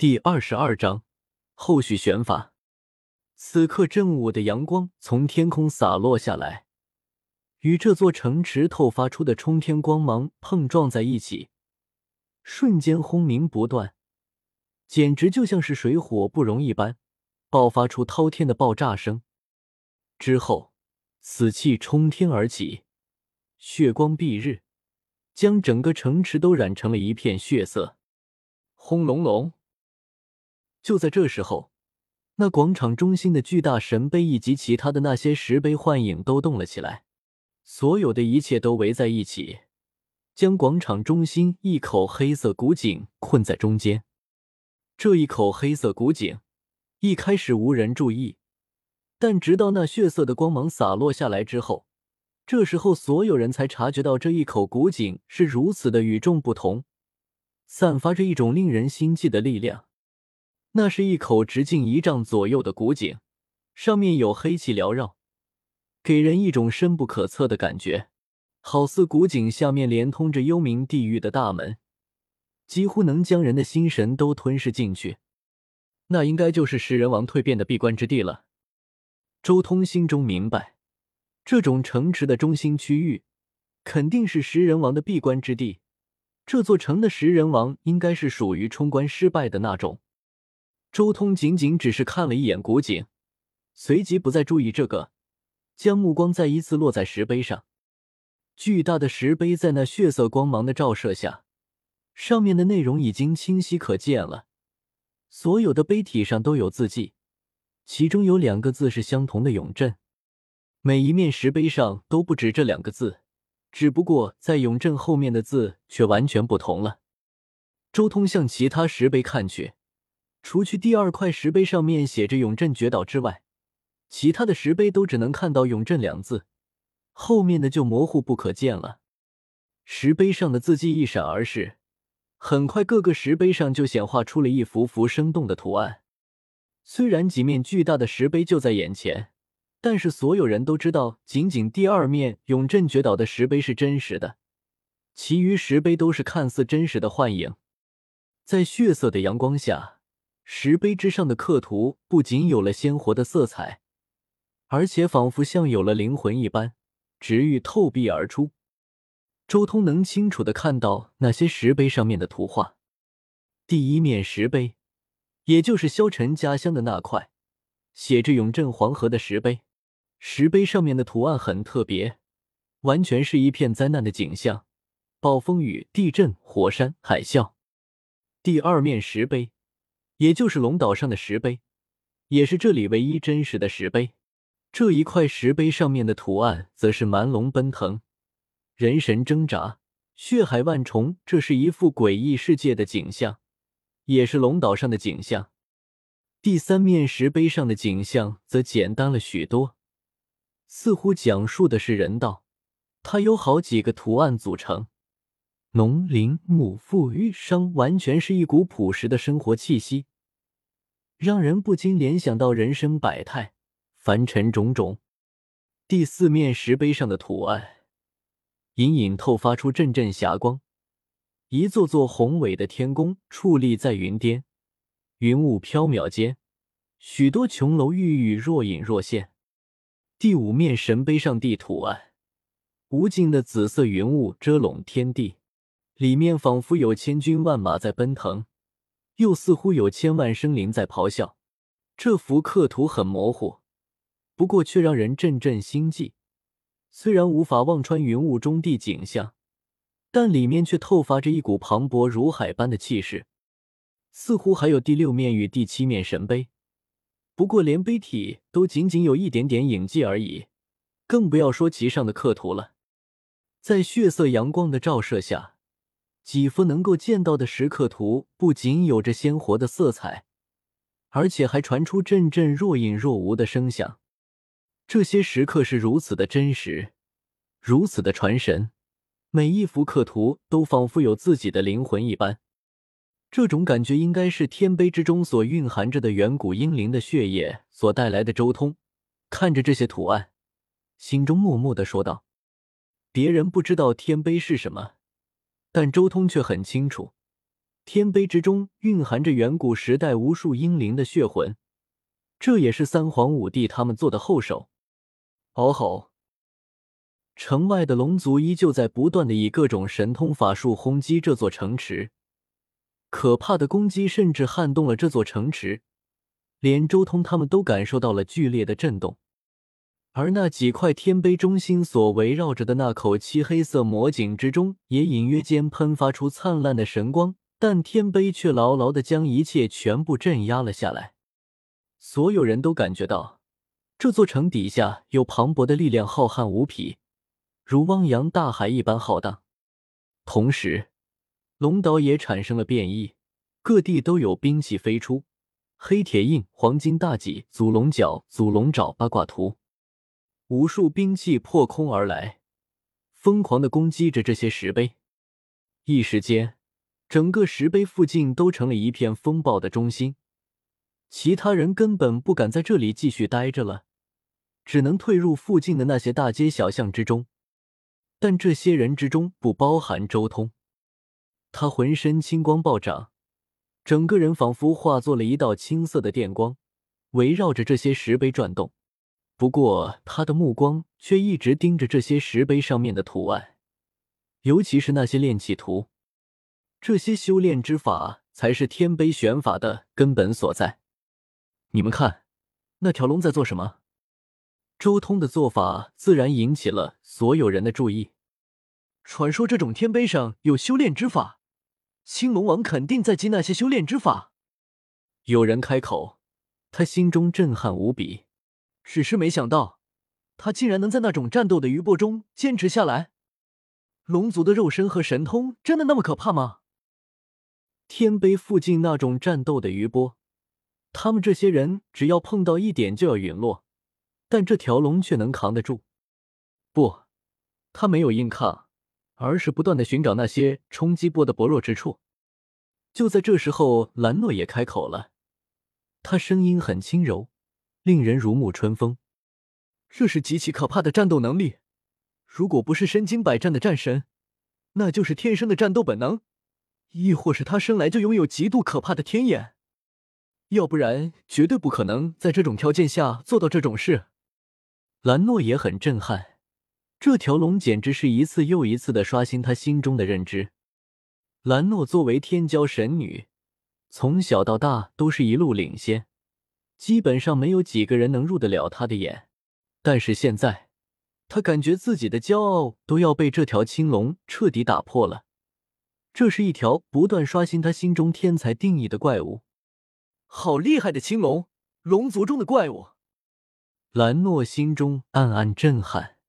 第22章后续选法。此刻正午的阳光从天空洒落下来，与这座城池透发出的冲天光芒碰撞在一起，瞬间轰鸣不断，简直就像是水火不容一般，爆发出滔天的爆炸声。之后死气冲天而起，血光蔽日，将整个城池都染成了一片血色。轰隆隆！就在这时候，那广场中心的巨大神碑以及其他的那些石碑幻影都动了起来，所有的一切都围在一起，将广场中心一口黑色古井困在中间。这一口黑色古井一开始无人注意，但直到那血色的光芒洒落下来之后，这时候所有人才察觉到这一口古井是如此的与众不同，散发着一种令人心悸的力量。那是一口直径1丈左右的古井，上面有黑气缭绕，给人一种深不可测的感觉，好似古井下面连通着幽冥地狱的大门，几乎能将人的心神都吞噬进去。那应该就是食人王蜕变的闭关之地了。周通心中明白，这种城池的中心区域肯定是食人王的闭关之地，这座城的食人王应该是属于冲关失败的那种。周通仅仅只是看了一眼古井，随即不再注意这个，将目光再一次落在石碑上。巨大的石碑在那血色光芒的照射下，上面的内容已经清晰可见了，所有的碑体上都有字迹，其中有2个字是相同的永镇，每一面石碑上都不止这2个字，只不过在永镇后面的字却完全不同了。周通向其他石碑看去，除去第2块石碑上面写着永镇绝岛之外，其他的石碑都只能看到永镇2字，后面的就模糊不可见了。石碑上的字迹一闪而逝，很快各个石碑上就显化出了一幅幅生动的图案。虽然几面巨大的石碑就在眼前，但是所有人都知道仅仅第2面永镇绝岛的石碑是真实的，其余石碑都是看似真实的幻影。在血色的阳光下，石碑之上的刻图不仅有了鲜活的色彩，而且仿佛像有了灵魂一般，直欲透壁而出。周通能清楚地看到那些石碑上面的图画。第1面石碑，也就是萧晨家乡的那块，写着永镇黄河的石碑。石碑上面的图案很特别，完全是一片灾难的景象，暴风雨、地震、火山、海啸。第2面石碑，也就是龙岛上的石碑，也是这里唯一真实的石碑。这一块石碑上面的图案则是蛮龙奔腾，人神挣扎，血海万重，这是一幅诡异世界的景象，也是龙岛上的景象。第3面石碑上的景象则简单了许多，似乎讲述的是人道，它有好几个图案组成，农林牧妇渔商，完全是一股朴实的生活气息，让人不禁联想到人生百态，凡尘种种。第4面石碑上的图案隐隐透发出阵阵霞光，一座座宏伟的天宫矗立在云巅，云雾缥缈间，许多琼楼玉宇若隐若现。第5面神碑上地图案，无尽的紫色云雾遮拢天地，里面仿佛有千军万马在奔腾，又似乎有千万生灵在咆哮。这幅刻图很模糊，不过却让人阵阵心悸。虽然无法望穿云雾中地景象，但里面却透发着一股磅礴如海般的气势。似乎还有第6面与第7面神碑，不过连碑体都仅仅有一点点影迹而已，更不要说其上的刻图了。在血色阳光的照射下，几幅能够见到的石刻图不仅有着鲜活的色彩，而且还传出阵阵若隐若无的声响。这些石刻是如此的真实，如此的传神，每一幅刻图都仿佛有自己的灵魂一般。这种感觉应该是天碑之中所蕴含着的远古英灵的血液所带来的。周通看着这些图案，心中默默地说道。别人不知道天碑是什么，但周通却很清楚， 天碑之中蕴含着远古时代无数英灵的血魂，这也是三皇五帝他们做的后手。嗷吼！城外的龙族依旧在不断的以各种神通法术轰击这座城池，可怕的攻击甚至撼动了这座城池，连周通他们都感受到了剧烈的震动。而那几块天碑中心所围绕着的那口漆黑色魔井之中，也隐约间喷发出灿烂的神光，但天碑却牢牢地将一切全部镇压了下来。所有人都感觉到，这座城底下有磅礴的力量，浩瀚无匹，如汪洋大海一般浩荡。同时，龙岛也产生了变异，各地都有兵器飞出，黑铁印、黄金大戟、祖龙角、祖龙爪、八卦图，无数兵器破空而来，疯狂地攻击着这些石碑。一时间，整个石碑附近都成了一片风暴的中心，其他人根本不敢在这里继续待着了，只能退入附近的那些大街小巷之中。但这些人之中不包含周通，他浑身青光暴涨，整个人仿佛化作了一道青色的电光，围绕着这些石碑转动。不过他的目光却一直盯着这些石碑上面的图案，尤其是那些炼气图。这些修炼之法才是天碑玄法的根本所在。你们看，那条龙在做什么？周通的做法自然引起了所有人的注意。传说这种天碑上有修炼之法，青龙王肯定在集那些修炼之法。有人开口，他心中震撼无比，只是没想到他竟然能在那种战斗的余波中坚持下来。龙族的肉身和神通真的那么可怕吗？天碑附近那种战斗的余波，他们这些人只要碰到一点就要陨落，但这条龙却能扛得住。不，他没有硬抗，而是不断地寻找那些冲击波的薄弱之处。就在这时候，兰诺也开口了，他声音很轻柔，令人如沐春风。这是极其可怕的战斗能力，如果不是身经百战的战神，那就是天生的战斗本能，亦或是他生来就拥有极度可怕的天眼，要不然绝对不可能在这种条件下做到这种事。兰诺也很震撼，这条龙简直是一次又一次地刷新他心中的认知。兰诺作为天骄神女，从小到大都是一路领先，基本上没有几个人能入得了她的眼。但是现在，她感觉自己的骄傲都要被这条青龙彻底打破了。这是一条不断刷新他心中天才定义的怪物。好厉害的青龙，龙族中的怪物！兰诺心中暗暗震撼。